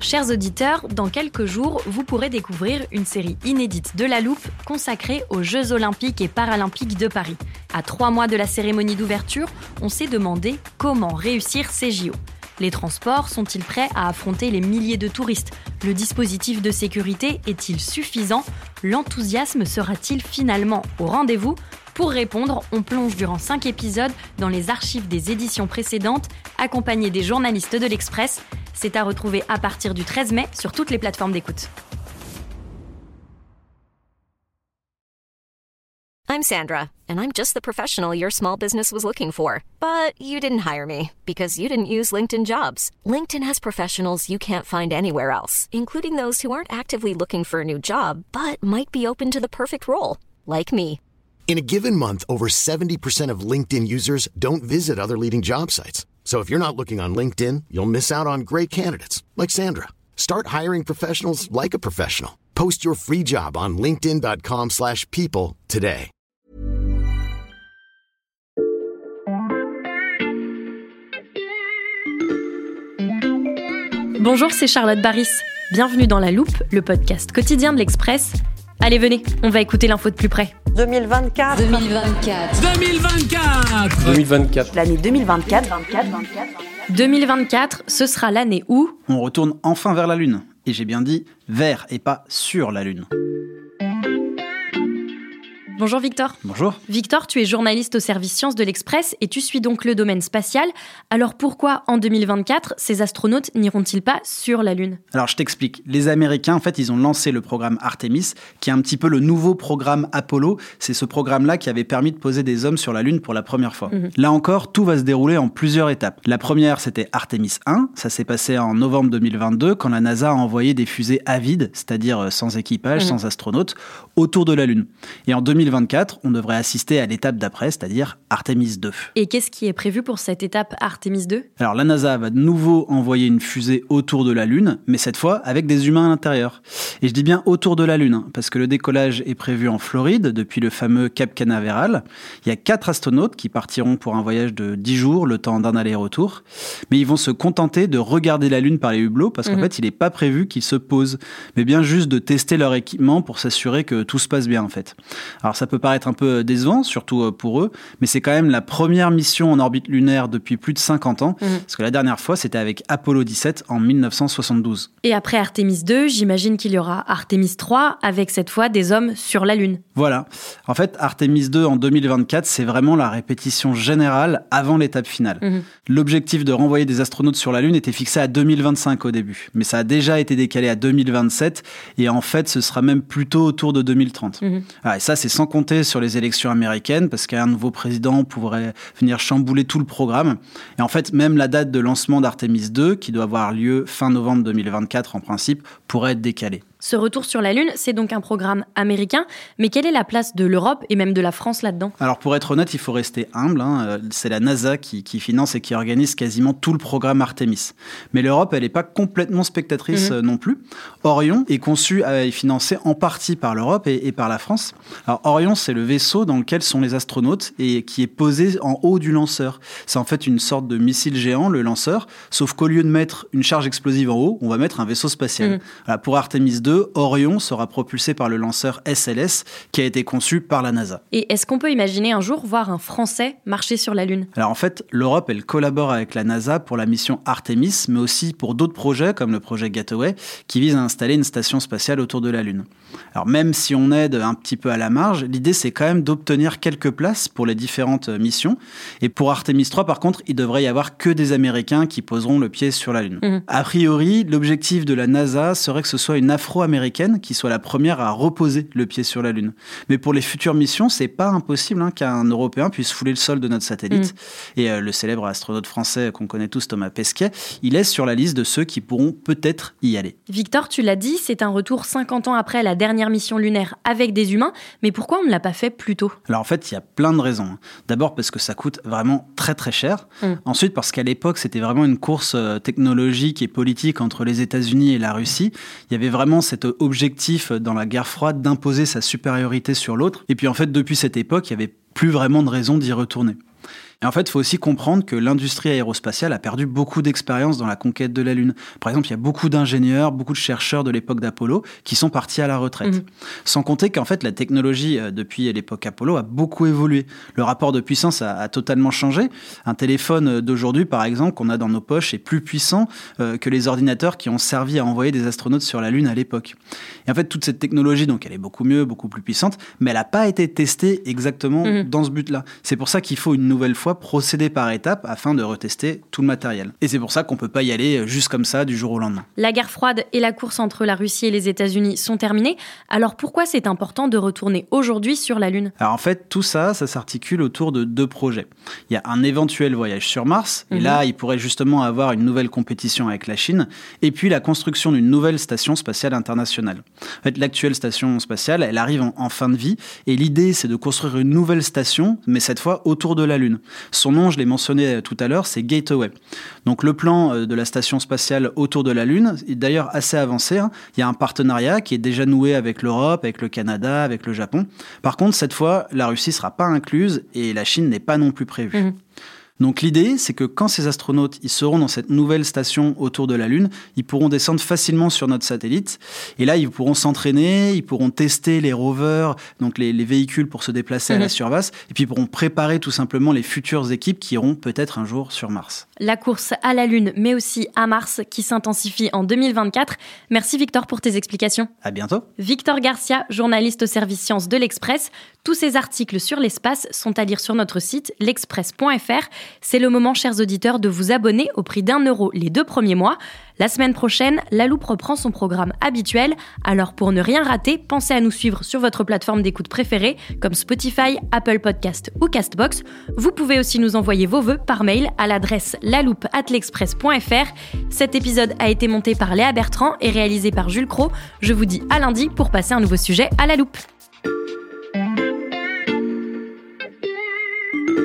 Chers auditeurs, dans quelques jours, vous pourrez découvrir une série inédite de La Loupe consacrée aux Jeux Olympiques et Paralympiques de Paris. À 3 mois de la cérémonie d'ouverture, on s'est demandé comment réussir ces JO. Les transports sont-ils prêts à affronter les milliers de touristes ? Le dispositif de sécurité est-il suffisant ? L'enthousiasme sera-t-il finalement au rendez-vous ? Pour répondre, on plonge durant 5 épisodes dans les archives des éditions précédentes, accompagnés des journalistes de l'Express. C'est à retrouver à partir du 13 mai sur toutes les plateformes d'écoute. I'm Sandra, and I'm just the professional your small business was looking for. But you didn't hire me because you didn't use LinkedIn Jobs. LinkedIn has professionals you can't find anywhere else, including those who aren't actively looking for a new job, but might be open to the perfect role, like me. In a given month, over 70% of LinkedIn users don't visit other leading job sites. So if you're not looking on LinkedIn, you'll miss out on great candidates like Sandra. Start hiring professionals like a professional. Post your free job on linkedin.com/people today. Bonjour, c'est Charlotte Baris. Bienvenue dans La Loupe, le podcast quotidien de l'Express. Allez, venez, on va écouter l'info de plus près. 2024. L'année 2024. 2024, ce sera l'année où on retourne enfin vers la Lune. Et j'ai bien dit vers et pas sur la Lune. Bonjour Victor. Bonjour. Victor, tu es journaliste au service Sciences de l'Express et tu suis donc le domaine spatial. Alors pourquoi, en 2024, ces astronautes n'iront-ils pas sur la Lune ? Alors je t'explique. Les Américains, en fait, ils ont lancé le programme Artemis, qui est un petit peu le nouveau programme Apollo. C'est ce programme-là qui avait permis de poser des hommes sur la Lune pour la première fois. Là encore, tout va se dérouler en plusieurs étapes. La première, c'était Artemis 1. Ça s'est passé en novembre 2022, quand la NASA a envoyé des fusées à vide, c'est-à-dire sans équipage, sans astronautes, autour de la Lune. Et en 2024, on devrait assister à l'étape d'après, c'est-à-dire Artemis 2. Et qu'est-ce qui est prévu pour cette étape Artemis 2 ? Alors la NASA va de nouveau envoyer une fusée autour de la Lune, mais cette fois avec des humains à l'intérieur. Et je dis bien autour de la Lune, parce que le décollage est prévu en Floride, depuis le fameux Cap Canaveral. Il y a 4 astronautes qui partiront pour un voyage de 10 jours, le temps d'un aller-retour. Mais ils vont se contenter de regarder la Lune par les hublots, parce qu'en fait, il n'est pas prévu qu'ils se posent, mais bien juste de tester leur équipement pour s'assurer que tout se passe bien, en fait. Alors ça peut paraître un peu décevant, surtout pour eux, mais c'est quand même la première mission en orbite lunaire depuis plus de 50 ans, parce que la dernière fois, c'était avec Apollo 17 en 1972. Et après Artemis 2, j'imagine qu'il y aura Artemis 3, avec cette fois des hommes sur la Lune. Voilà. En fait, Artemis 2 en 2024, c'est vraiment la répétition générale avant l'étape finale. L'objectif de renvoyer des astronautes sur la Lune était fixé à 2025 au début, mais ça a déjà été décalé à 2027, et en fait, ce sera même plutôt autour de 2030. Et ça, c'est sans compter sur les élections américaines, parce qu'un nouveau président pourrait venir chambouler tout le programme. Et en fait, même la date de lancement d'Artemis 2, qui doit avoir lieu fin novembre 2024 en principe, pourrait être décalée. Ce retour sur la Lune, c'est donc un programme américain, mais quelle est la place de l'Europe et même de la France là-dedans ? Alors pour être honnête, il faut rester humble, c'est la NASA qui finance et qui organise quasiment tout le programme Artemis. Mais l'Europe, elle n'est pas complètement spectatrice non plus. Orion est conçu et financé en partie par l'Europe et par la France. Alors Orion, c'est le vaisseau dans lequel sont les astronautes et qui est posé en haut du lanceur. C'est en fait une sorte de missile géant, le lanceur, sauf qu'au lieu de mettre une charge explosive en haut, on va mettre un vaisseau spatial. Voilà, pour Artemis 2, Orion sera propulsé par le lanceur SLS qui a été conçu par la NASA. Et est-ce qu'on peut imaginer un jour voir un Français marcher sur la Lune ? Alors en fait, l'Europe, elle collabore avec la NASA pour la mission Artemis, mais aussi pour d'autres projets comme le projet Gateway qui vise à installer une station spatiale autour de la Lune. Alors même si on aide un petit peu à la marge, l'idée c'est quand même d'obtenir quelques places pour les différentes missions. Et pour Artemis 3, par contre, il devrait y avoir que des Américains qui poseront le pied sur la Lune. A priori, l'objectif de la NASA serait que ce soit une afro-américaine qui soit la première à reposer le pied sur la Lune. Mais pour les futures missions, c'est pas impossible qu'un Européen puisse fouler le sol de notre satellite. Et le célèbre astronaute français qu'on connaît tous, Thomas Pesquet, il est sur la liste de ceux qui pourront peut-être y aller. Victor, tu l'as dit, c'est un retour 50 ans après la dernière mission lunaire avec des humains, mais pourquoi on ne l'a pas fait plus tôt ? Alors en fait, il y a plein de raisons. D'abord parce que ça coûte vraiment très très cher. Ensuite parce qu'à l'époque, c'était vraiment une course technologique et politique entre les États-Unis et la Russie. Il y avait vraiment cet objectif dans la guerre froide d'imposer sa supériorité sur l'autre. Et puis en fait, depuis cette époque, il n'y avait plus vraiment de raison d'y retourner. Et en fait, il faut aussi comprendre que l'industrie aérospatiale a perdu beaucoup d'expérience dans la conquête de la Lune. Par exemple, il y a beaucoup d'ingénieurs, beaucoup de chercheurs de l'époque d'Apollo qui sont partis à la retraite. Sans compter qu'en fait, la technologie depuis l'époque Apollo a beaucoup évolué. Le rapport de puissance a totalement changé. Un téléphone d'aujourd'hui, par exemple, qu'on a dans nos poches est plus puissant que les ordinateurs qui ont servi à envoyer des astronautes sur la Lune à l'époque. Et en fait, toute cette technologie, donc, elle est beaucoup mieux, beaucoup plus puissante, mais elle n'a pas été testée exactement dans ce but-là. C'est pour ça qu'il faut une nouvelle fois procéder par étapes afin de retester tout le matériel. Et c'est pour ça qu'on ne peut pas y aller juste comme ça du jour au lendemain. La guerre froide et la course entre la Russie et les États-Unis sont terminées. Alors pourquoi c'est important de retourner aujourd'hui sur la Lune ? Alors en fait, tout ça s'articule autour de 2 projets. Il y a un éventuel voyage sur Mars, et là, il pourrait justement avoir une nouvelle compétition avec la Chine, et puis la construction d'une nouvelle station spatiale internationale. En fait, l'actuelle station spatiale, elle arrive en fin de vie, et l'idée, c'est de construire une nouvelle station, mais cette fois autour de la Lune. Son nom, je l'ai mentionné tout à l'heure, c'est Gateway. Donc le plan de la station spatiale autour de la Lune est d'ailleurs assez avancé. Il y a un partenariat qui est déjà noué avec l'Europe, avec le Canada, avec le Japon. Par contre, cette fois, la Russie ne sera pas incluse et la Chine n'est pas non plus prévue. Donc l'idée, c'est que quand ces astronautes ils seront dans cette nouvelle station autour de la Lune, ils pourront descendre facilement sur notre satellite. Et là, ils pourront s'entraîner, ils pourront tester les rovers, donc les véhicules pour se déplacer à la surface, et puis ils pourront préparer tout simplement les futures équipes qui iront peut-être un jour sur Mars. La course à la Lune, mais aussi à Mars, qui s'intensifie en 2024. Merci Victor pour tes explications. À bientôt. Victor Garcia, journaliste au service sciences de l'Express. Tous ces articles sur l'espace sont à lire sur notre site l'express.fr. C'est le moment, chers auditeurs, de vous abonner au prix d'€1 les 2 premiers mois. La semaine prochaine, La Loupe reprend son programme habituel. Alors pour ne rien rater, pensez à nous suivre sur votre plateforme d'écoute préférée, comme Spotify, Apple Podcast ou Castbox. Vous pouvez aussi nous envoyer vos vœux par mail à l'adresse laloupe@l'express.fr. Cet épisode a été monté par Léa Bertrand et réalisé par Jules Cros. Je vous dis à lundi pour passer un nouveau sujet à La Loupe.